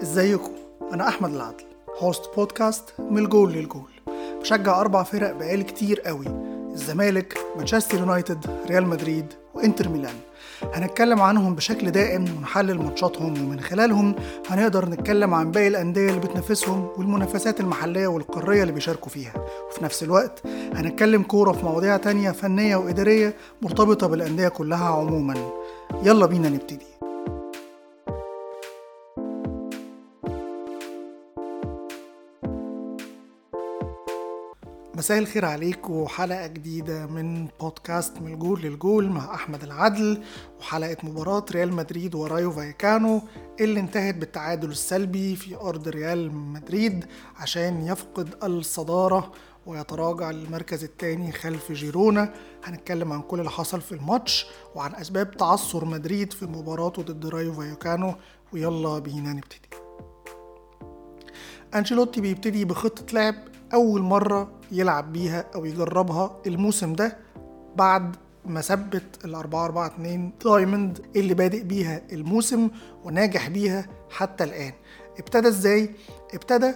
ازيكم؟ انا احمد العدل، هوست بودكاست من الجول للجول. بشجع 4 فرق بقالي كتير قوي: الزمالك، مانشستر يونايتد، ريال مدريد وانتر ميلان. هنتكلم عنهم بشكل دائم ونحلل ماتشاتهم، ومن خلالهم هنقدر نتكلم عن باقي الأندية اللي بتنافسهم والمنافسات المحلية والقارية اللي بيشاركوا فيها. وفي نفس الوقت هنتكلم كورة في مواضيع تانية فنية وإدارية مرتبطة بالأندية كلها عموما. يلا بينا نبتدي. مساء الخير عليكم، حلقة جديدة من بودكاست من الجول للجول مع أحمد العدل، وحلقة مباراة ريال مدريد ورايو فايكانو اللي انتهت بالتعادل السلبي في أرض ريال مدريد عشان يفقد الصدارة ويتراجع للمركز الثاني خلف جيرونا. هنتكلم عن كل اللي حصل في الماتش وعن أسباب تعثر مدريد في مباراته ضد رايو فايكانو، ويلا بينا نبتدي. أنشيلوتي بيبتدي بخطة لعب أول مرة يلعب بيها أو يجربها الموسم ده بعد ما ثبت 4-4-2 دايموند اللي بادئ بيها الموسم وناجح بيها حتى الآن. ابتدى ازاي؟ ابتدى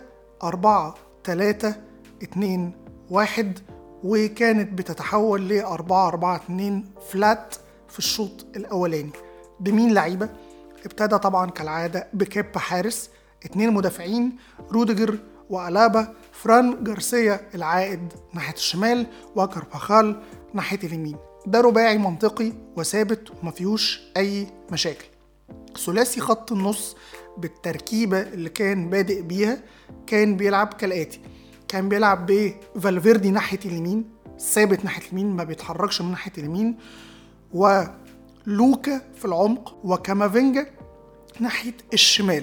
4-3-2-1 وكانت بتتحول ل 4-4-2 فلات في الشوط الأولاني. بمين لعيبة؟ ابتدى طبعا كالعادة بكيبا حارس، 2 مدافعين روديجر وألابا، فران جارسيا العائد ناحية الشمال وكارفاخال ناحية اليمين. ده رباعي منطقي وثابت ومفيهوش أي مشاكل. ثلاثي خط النص بالتركيبة اللي كان بادئ بيها كان بيلعب كالآتي: كان بيلعب بفالفيردي ناحية اليمين، ثابت ناحية اليمين ما بيتحركش من ناحية اليمين، ولوكا في العمق، وكامافينجا ناحية الشمال.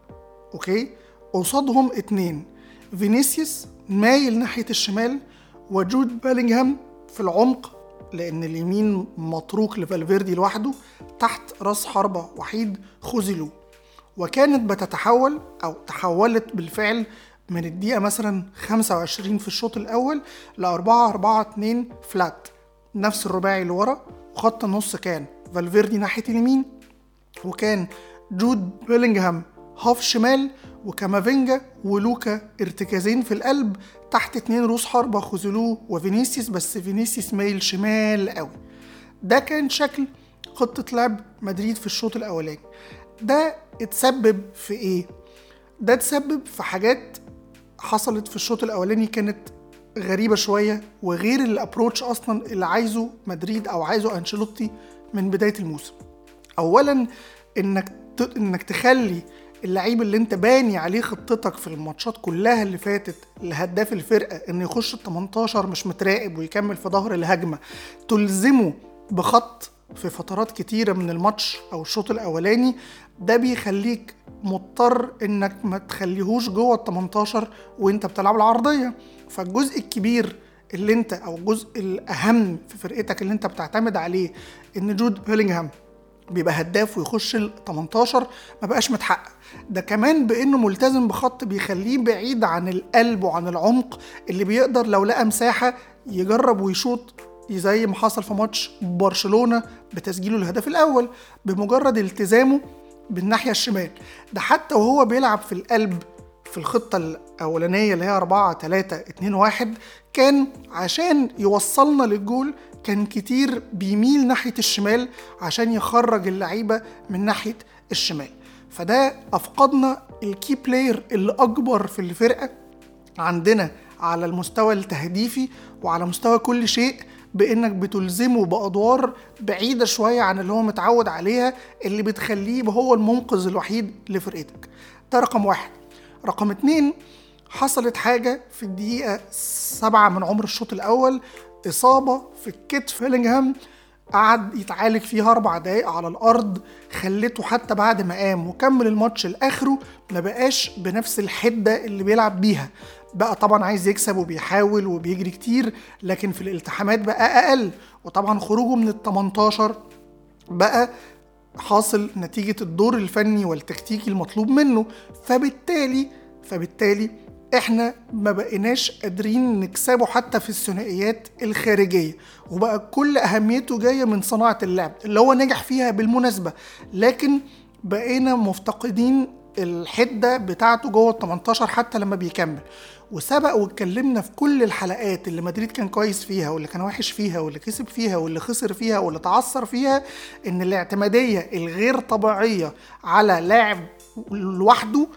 اوكي، قصادهم 2: فينيسيوس مايل ناحية الشمال، وجود بيلينغهام في العمق لأن اليمين متروك لفالفيردي لوحده تحت رأس حربة وحيد خوزيلو. وكانت بتتحول أو تحولت بالفعل من الدقيقة مثلا 25 في الشوط الأول ل 4-4-2 فلات، نفس الرباعي اللي ورا، وخط النص كان فالفيردي ناحية اليمين، وكان جود بيلينغهام هاف شمال، وكامافينجا ولوكا ارتكازين في القلب تحت 2 رؤوس حربة خوزيلو وفينيسيوس، بس فينيسيوس مايل شمال قوي. ده كان شكل خطة لعب مدريد في الشوط الأولاني. ده اتسبب في ايه؟ ده اتسبب في حاجات حصلت في الشوط الأولاني كانت غريبة شوية وغير الابروتش أصلا اللي عايزه مدريد أو عايزه أنشيلوتي من بداية الموسم. أولا إنك تخلي اللعيب اللي انت باني عليه خطتك في الماتشات كلها اللي فاتت لهداف الفرقة انه يخش ال 18 مش متراقب ويكمل في ظهر الهجمة، تلزمه بخط في فترات كتيرة من الماتش او الشوط الاولاني. ده بيخليك مضطر انك ما تخليهوش جوه ال 18 وانت بتلعب العرضية. فالجزء الكبير اللي انت او الجزء الاهم في فرقتك اللي انت بتعتمد عليه ان جود بيلينغهام بيبقى هداف ويخش ال 18 ما بقاش متحقق. ده كمان بانه ملتزم بخط بيخليه بعيد عن القلب وعن العمق اللي بيقدر لو لقى مساحة يجرب ويشوط، زي ما حصل في ماتش برشلونة بتسجيله الهدف الاول بمجرد التزامه بالناحية الشمال. ده حتى وهو بيلعب في القلب في الخطة الأولانية اللي هي 4-3-2-1 كان عشان يوصلنا للجول كان كتير بيميل ناحية الشمال عشان يخرج اللعيبة من ناحية الشمال. فده أفقدنا الكي بلاير اللي أكبر في الفرقة عندنا على المستوى التهديفي وعلى مستوى كل شيء، بإنك بتلزمه بأدوار بعيدة شوية عن اللي هو متعود عليها اللي بتخليه هو المنقذ الوحيد لفرقتك. ده رقم 1. رقم 2: حصلت حاجة في الدقيقة 7 من عمر الشوط الأول، إصابة في الكتف. بيلينغهام قعد يتعالج فيها 4 دقايق على الأرض، خلته حتى بعد ما قام وكمل الماتش لآخره ما بقاش بنفس الحدة اللي بيلعب بيها. بقى طبعا عايز يكسب وبيحاول وبيجري كتير، لكن في الالتحامات بقى أقل. وطبعا خروجه من ال 18 بقى حاصل نتيجة الدور الفني والتكتيكي المطلوب منه. فبالتالي احنا ما بقيناش قادرين نكسبه حتى في الثنائيات الخارجية، وبقى كل اهميته جاية من صناعة اللعب اللي هو نجح فيها بالمناسبة، لكن بقينا مفتقدين الحده بتاعته جوه ال 18 حتى لما بيكمل. وسبق واتكلمنا في كل الحلقات اللي مدريد كان كويس فيها واللي كان وحش فيها واللي كسب فيها واللي خسر فيها واللي تعثر فيها، ان الاعتماديه الغير طبيعيه على لاعب لوحده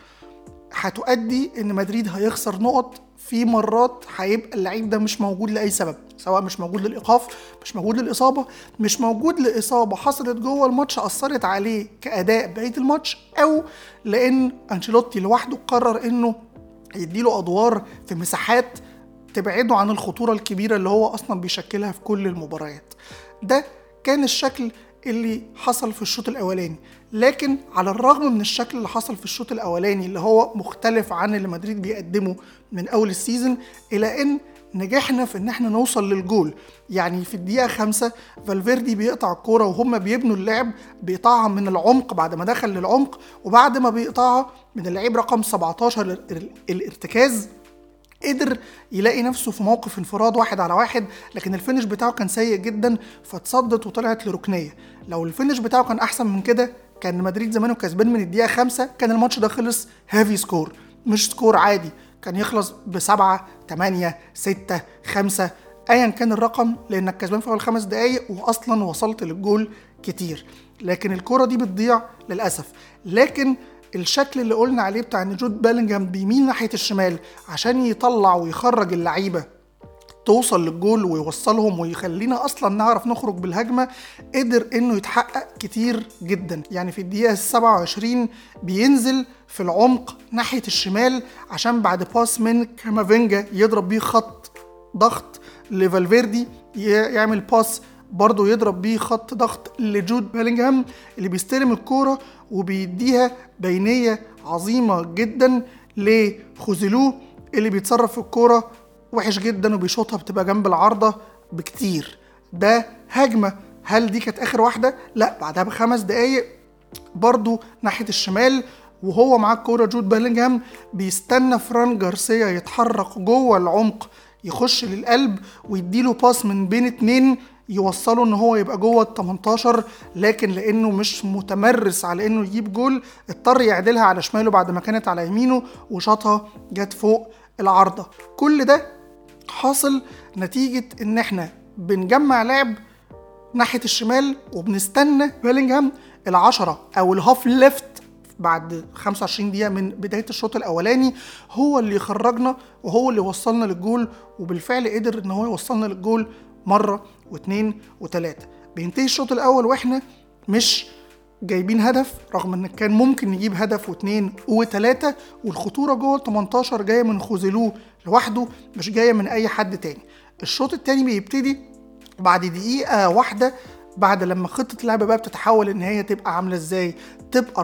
هتؤدي ان مدريد هيخسر نقط. في مرات هيبقى اللعيب ده مش موجود لاي سبب، سواء مش موجود للايقاف، مش موجود للاصابه، مش موجود لاصابه حصلت جوه الماتش اثرت عليه كاداء بقيه الماتش، او لان انشيلوتي لوحده قرر انه يديله ادوار في مساحات تبعده عن الخطوره الكبيره اللي هو اصلا بيشكلها في كل المباريات. ده كان الشكل اللي حصل في الشوط الاولاني. لكن على الرغم من الشكل اللي حصل في الشوط الاولاني اللي هو مختلف عن اللي مدريد بيقدمه من اول السيزون، الى ان نجحنا في ان احنا نوصل للجول. يعني في الدقيقه 5 فالفيردي بيقطع الكوره وهم بيبنوا اللعب، بيقطعها من العمق بعد ما دخل للعمق، وبعد ما بيقطعها من اللعيب رقم 17 الارتكاز قدر يلاقي نفسه في موقف انفراد 1 على 1، لكن الفينش بتاعه كان سيء جدا فاتصدت وطلعت لركنيه. لو الفينش بتاعه كان احسن من كده كان مدريد زمانه كسبان من الدقيقه 5، كان الماتش ده خلص هافي سكور، مش سكور عادي، كان يخلص ب7 8 6 5 ايا كان الرقم، لانك كسبان في اول 5 دقايق واصلا وصلت للجول كتير. لكن الكرة دي بتضيع للاسف. لكن الشكل اللي قلنا عليه بتاع ان جود بيلينغهام بيميل ناحيه الشمال عشان يطلع ويخرج اللعيبه توصل للجول ويوصلهم ويخلينا اصلا نعرف نخرج بالهجمه، قدر انه يتحقق كتير جدا. يعني في الدقيقه 27 بينزل في العمق ناحيه الشمال عشان بعد باس من كامافينجا يضرب بيه خط ضغط لفالفيردي، يعمل باس برضه يضرب بيه خط ضغط لجود بيلينغهام اللي بيستلم الكوره وبيديها بينيه عظيمه جدا لخوزيلو اللي بيتصرف في الكوره وحش جدا وبيشوطها بتبقى جنب العارضه بكتير. ده هجمه. هل دي كانت اخر واحده؟ لا، بعدها ب5 دقايق برضو ناحيه الشمال وهو معاه الكوره جود بيلينغهام بيستنى فران جارسيا يتحرك جوه العمق يخش للقلب ويديله باس من بين 2 يوصله ان هو يبقى جوه ال18، لكن لانه مش متمرس على انه يجيب جول اضطر يعدلها على شماله بعد ما كانت على يمينه وشاطها جت فوق العارضه. كل ده حاصل نتيجه ان احنا بنجمع لعب ناحيه الشمال وبنستنى بيلينغهام ال10 او الهاف ليفت بعد 25 دقيقه من بدايه الشوط الاولاني هو اللي يخرجنا وهو اللي وصلنا للجول. وبالفعل قدر ان هو يوصلنا للجول مرة و2 و3. بينتهي الشوط الاول واحنا مش جايبين هدف، رغم ان كان ممكن نجيب هدف و2 و3، والخطورة جوه ال 18 جاية من خوزيلو لوحده مش جاية من اي حد تاني. الشوط التاني بيبتدي بعد دقيقة واحدة، بعد لما خطة اللعبة بقى بتتحول ان هي تبقى عاملة ازاي، تبقى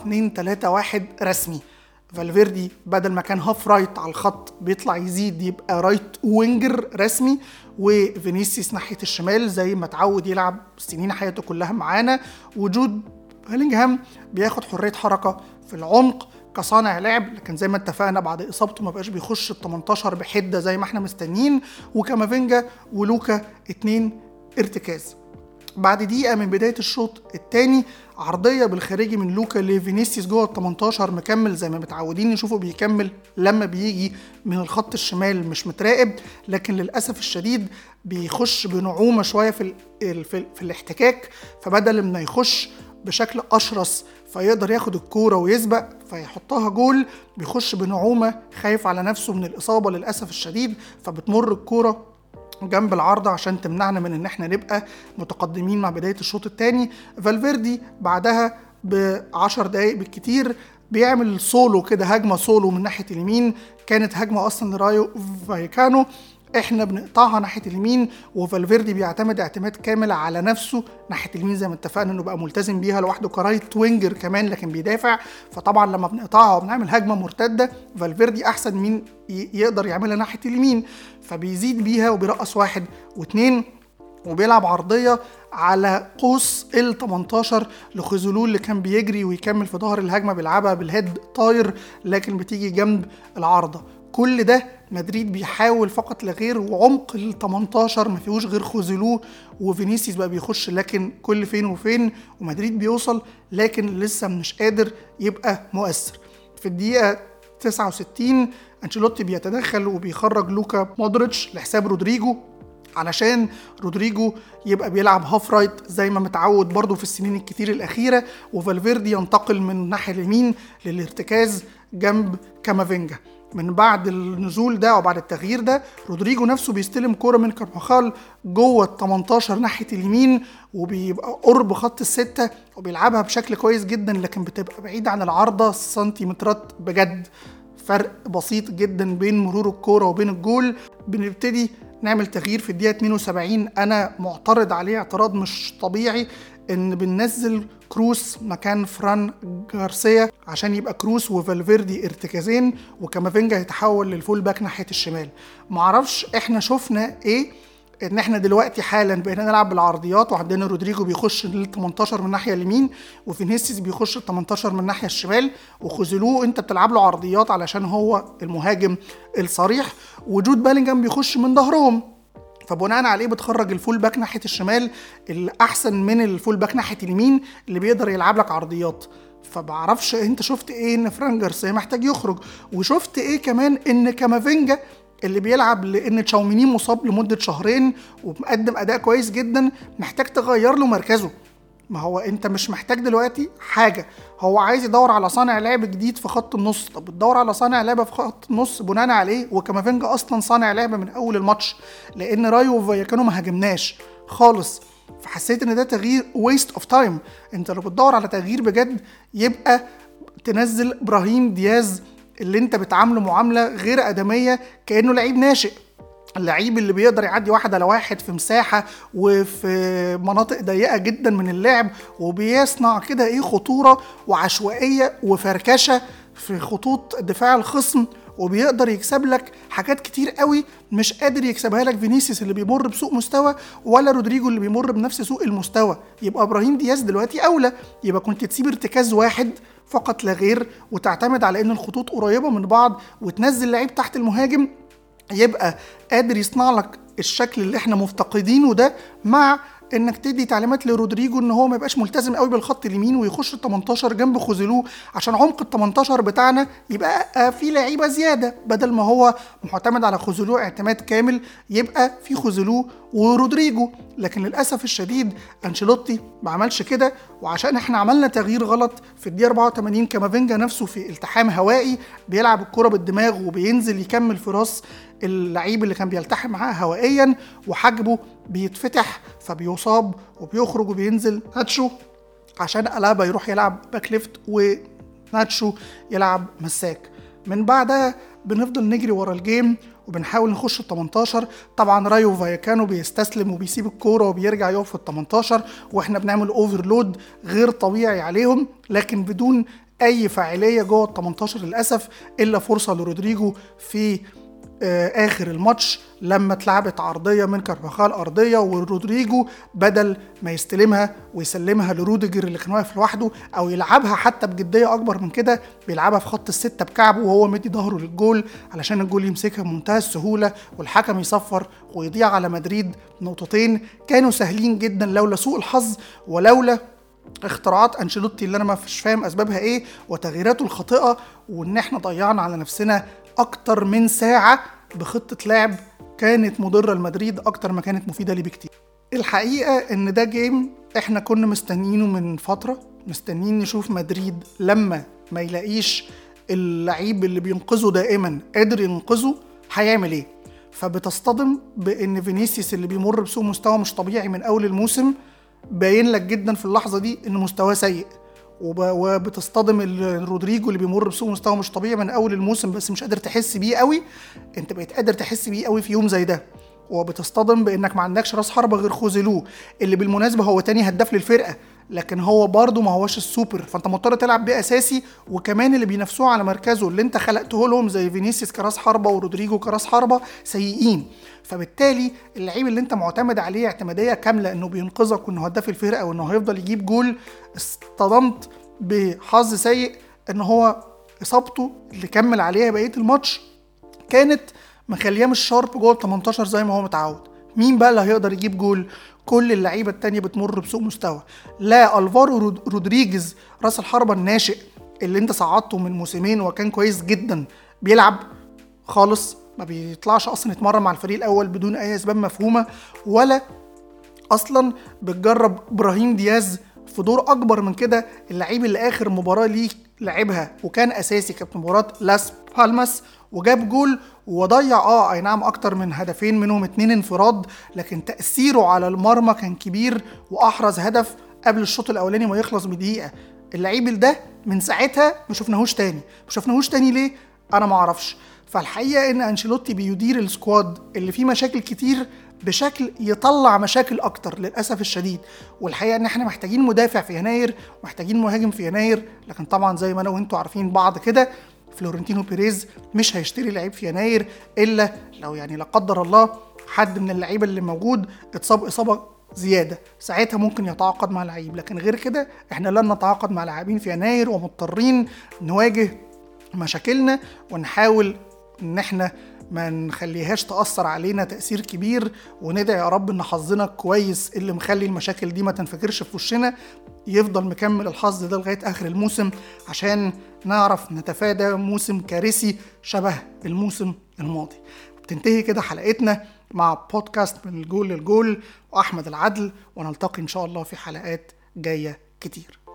4-2-3-1 رسمي. فالفيردي بدل ما كان هاف رايت على الخط بيطلع يزيد يبقى رايت وينجر رسمي، وفينيسيوس ناحية الشمال زي ما اتعود يلعب سنين حياته كلها معانا، وجود بيلينغهام بياخد حرية حركة في العمق كصانع لعب، لكن زي ما اتفقنا بعد اصابته ما بقاش بيخش ال 18 بحدة زي ما احنا مستنيين، وكامافينجا ولوكا 2 ارتكاز. بعد دقيقة من بداية الشوط الثاني عرضية بالخارجي من لوكا لفينيسيوس جوه ال 18 مكمل زي ما متعودين نشوفه بيكمل لما بيجي من الخط الشمال مش متراقب، لكن للأسف الشديد بيخش بنعومة شوية في الاحتكاك، فبدل ما يخش بشكل أشرس فيقدر ياخد الكورة ويسبق فيحطها جول، بيخش بنعومة خايف على نفسه من الإصابة للأسف الشديد، فبتمر الكورة جنب العارضة عشان تمنعنا من ان احنا نبقى متقدمين مع بداية الشوط الثاني. فالفيردي بعدها ب10 دقايق بالكتير بيعمل سولو كده، هجمة سولو من ناحية اليمين، كانت هجمة اصلا لرايو فايكانو، احنا بنقطعها ناحية اليمين وفالفيردي بيعتمد اعتماد كامل على نفسه ناحية اليمين زي ما اتفقنا انه بقى ملتزم بيها لوحده كرايت وينجر كمان لكن بيدافع. فطبعا لما بنقطعها وبنعمل هجمة مرتدة فالفيردي احسن مين يقدر يعملها ناحية اليمين، فبيزيد بيها وبيرقص 1 و2 وبيلعب عرضية على قوس ال 18 لخوزيلو اللي كان بيجري ويكمل في ظهر الهجمة بيلعبها بالهيد طاير لكن بتيجي جنب العارضة. كل ده مدريد بيحاول فقط لا غير، وعمق ال 18 ما فيهوش غير خوزيلو وفينيسيوس بقى بيخش لكن كل فين وفين، ومدريد بيوصل لكن لسه مش قادر يبقى مؤثر. في الدقيقة 69 أنشيلوتي بيتدخل وبيخرج لوكا مودريتش لحساب رودريجو، علشان رودريجو يبقى بيلعب هاف رايت زي ما متعود برضو في السنين الكتير الأخيرة، وفالفيردي ينتقل من الناحية اليمين للارتكاز جنب كامافينجا. من بعد النزول ده وبعد التغيير ده رودريجو نفسه بيستلم كرة من كارفاخال جوه ال 18 ناحية اليمين، وبيبقى قرب خط الستة وبيلعبها بشكل كويس جدا، لكن بتبقى بعيدة عن العارضة سنتيمترات بجد، فرق بسيط جدا بين مرور الكرة وبين الجول. بنبتدي نعمل تغيير في الدقيقة 72 أنا معترض عليه اعتراض مش طبيعي، إن بننزل كروس مكان فران جارسيا عشان يبقى كروس وفالفيردي ارتكازين وكامافينجا يتحول للفول باك ناحية الشمال. معرفش احنا شفنا ايه ان احنا دلوقتي حالا بقينا نلعب بالعرضيات، وعندنا رودريجو بيخش لل 18 من الناحيه اليمين وفينيسيوس بيخش ال 18 من الناحيه الشمال، وخذلوه انت بتلعب له عرضيات علشان هو المهاجم الصريح، وجود بيلينغهام بيخش من ظهرهم، فبناء عليه بتخرج الفول باك ناحيه الشمال الاحسن من الفول باك ناحيه اليمين اللي بيقدر يلعب لك عرضيات. فبعرفش انت شفت ايه ان فران جارسيا محتاج يخرج، وشفت ايه كمان ان كامافينجا اللي بيلعب لان تشاوميني مصاب لمده شهرين ومقدم اداء كويس جدا محتاج تغير له مركزه. ما هو انت مش محتاج دلوقتي حاجه، هو عايز يدور على صانع لعب جديد في خط النص. طب بتدور على صانع لعب في خط النص بناء عليه، وكامافينجا اصلا صانع لعب من اول الماتش لان رايو وفاياكانو ما هاجمناش خالص، فحسيت ان ده تغيير ويست اوف تايم. انت لو بتدور على تغيير بجد يبقى تنزل ابراهيم دياز اللي انت بتعامله معامله غير ادميه كانه لعيب ناشئ، اللعيب اللي بيقدر يعدي 1 على 1 في مساحة وفي مناطق ضيقة جدا من اللعب، وبيصنع كده ايه خطورة وعشوائية وفركشة في خطوط دفاع الخصم، وبيقدر يكسب لك حاجات كتير قوي مش قادر يكسبها لك فينيسيوس اللي بيمر بسوء مستوى ولا رودريجو اللي بيمر بنفس سوء المستوى. يبقى ابراهيم دياز دلوقتي اولى، يبقى كنت تسيب ارتكاز واحد فقط لا غير وتعتمد على ان الخطوط قريبة من بعض وتنزل لعيب تحت المهاجم يبقى قادر يصنع لك الشكل اللي احنا مفتقدينه ده، مع انك تدي تعليمات لرودريجو ان هو ما يبقاش ملتزم قوي بالخط اليمين ويخش ال 18 جنب خوزيلو عشان عمق ال 18 بتاعنا يبقى في لعيبه زياده، بدل ما هو معتمد على خوزيلو اعتماد كامل يبقى في خوزيلو ورودريجو. لكن للاسف الشديد انشيلوتي ما عملش كده، وعشان احنا عملنا تغيير غلط في الدقيقه 84 كامافينجا نفسه في التحام هوائي بيلعب الكره بالدماغ وبينزل يكمل في راس اللعيب اللي كان بيلتحم معاه هوائيا وحجبه بيتفتح فبيصاب وبيخرج وبينزل ناتشو عشان ألابا يروح يلعب باك ليفت وناتشو يلعب مساك. من بعدها بنفضل نجري ورا الجيم وبنحاول نخش ال 18. طبعا رايو فاياكانو بيستسلم وبيسيب الكوره وبيرجع يقف في ال 18 واحنا بنعمل اوفرلود غير طبيعي عليهم، لكن بدون اي فاعليه جوه ال 18 للاسف، الا فرصه لرودريجو في اخر الماتش لما اتلعبت عرضيه من كارفاخال ارضيه، ورودريجو بدل ما يستلمها ويسلمها لروديجر اللي كان واقف لوحده او يلعبها حتى بجديه اكبر من كده بيلعبها في خط السته بكعبه وهو مدي ظهره للجول علشان الجول يمسكها بمنتهى السهوله والحكم يصفر ويضيع على مدريد نقطتين كانوا سهلين جدا لولا سوء الحظ ولولا اختراعات انشيلوتي اللي انا ما فيش فاهم اسبابها ايه وتغييراته الخاطئه، وان احنا ضيعنا على نفسنا اكتر من ساعه بخطه لعب كانت مضره لمدريد اكتر ما كانت مفيده ليه بكتير. الحقيقه ان ده جيم احنا كنا مستنيينه من فتره، مستنيين نشوف مدريد لما ما يلاقيش اللعيب اللي بينقذه دائما قادر ينقذه هيعمل ايه. فبتصطدم بان فينيسيوس اللي بيمر بسوء مستوى مش طبيعي من اول الموسم باين لك جدا في اللحظه دي ان مستواه سيء، وبتصطدم رودريجو اللي بيمر بسوء مستوى مش طبيعي من اول الموسم بس مش قادر تحس بيه قوي، انت بقيت قادر تحس بيه قوي في يوم زي ده. وبتصطدم بانك ما عندكش راس حربة غير خوزيلو اللي بالمناسبه هو تاني هداف للفرقه، لكن هو برضه ما هوش السوبر، فانت مضطر تلعب بيه اساسي، وكمان اللي بينافسوه على مركزه اللي انت خلقته لهم زي فينيسيوس كراس حربة ورودريجو كراس حربة سيئين. فبالتالي اللعيب اللي انت معتمد عليه اعتماديه كامله انه بينقذك وانه هداف الفرقه وانه هيفضل يجيب جول، اصطدمت بحظ سيء ان هو اصابته اللي كمل عليها بقيه الماتش كانت مخليه مش شارب جوه ال 18 زي ما هو متعود. مين بقى اللي هيقدر يجيب جول؟ كل اللعيبه التانية بتمر بسوء مستوى، لا الفارو رودريجيز راس الحربة الناشئ اللي انت صعدته من موسمين وكان كويس جدا بيلعب خالص، ما بيطلعش اصلا يتمرن مع الفريق الاول بدون اي اسباب مفهومه، ولا اصلا بتجرب ابراهيم دياز في دور اكبر من كده. اللعيب اللي اخر مباراه ليه لعبها وكان اساسي كانت مباراه لاس بالماس وجاب جول وضيع اي نعم اكتر من هدفين منهم 2 انفراد، لكن تاثيره على المرمى كان كبير واحرز هدف قبل الشوط الاولاني ما يخلص بدقيقه. اللعيب ده من ساعتها ما شفناهوش تاني ليه انا ما اعرفش. فالحقيقه ان انشيلوتي بيدير السكواد اللي فيه مشاكل كتير بشكل يطلع مشاكل اكتر للاسف الشديد. والحقيقه ان احنا محتاجين مدافع في يناير، محتاجين مهاجم في يناير، لكن طبعا زي ما انا وانتوا عارفين بعض كده فلورنتينو بيريز مش هيشتري لعيب في يناير الا لو يعني لا قدر الله حد من اللعيبه اللي موجود اتصاب اصابه زياده، ساعتها ممكن يتعاقد مع لعيب، لكن غير كده احنا لن نتعاقد مع لاعبين في يناير ومضطرين نواجه مشاكلنا ونحاول ان احنا ما نخليهاش تأثر علينا تأثير كبير، وندعي يا رب ان حظنا كويس اللي مخلي المشاكل دي ما تنفجرش في وشنا يفضل مكمل الحظ ده لغاية آخر الموسم عشان نعرف نتفادى موسم كارثي شبه الموسم الماضي. بتنتهي كده حلقتنا مع بودكاست من الجول للجول وأحمد العدل، ونلتقي إن شاء الله في حلقات جاية كتير.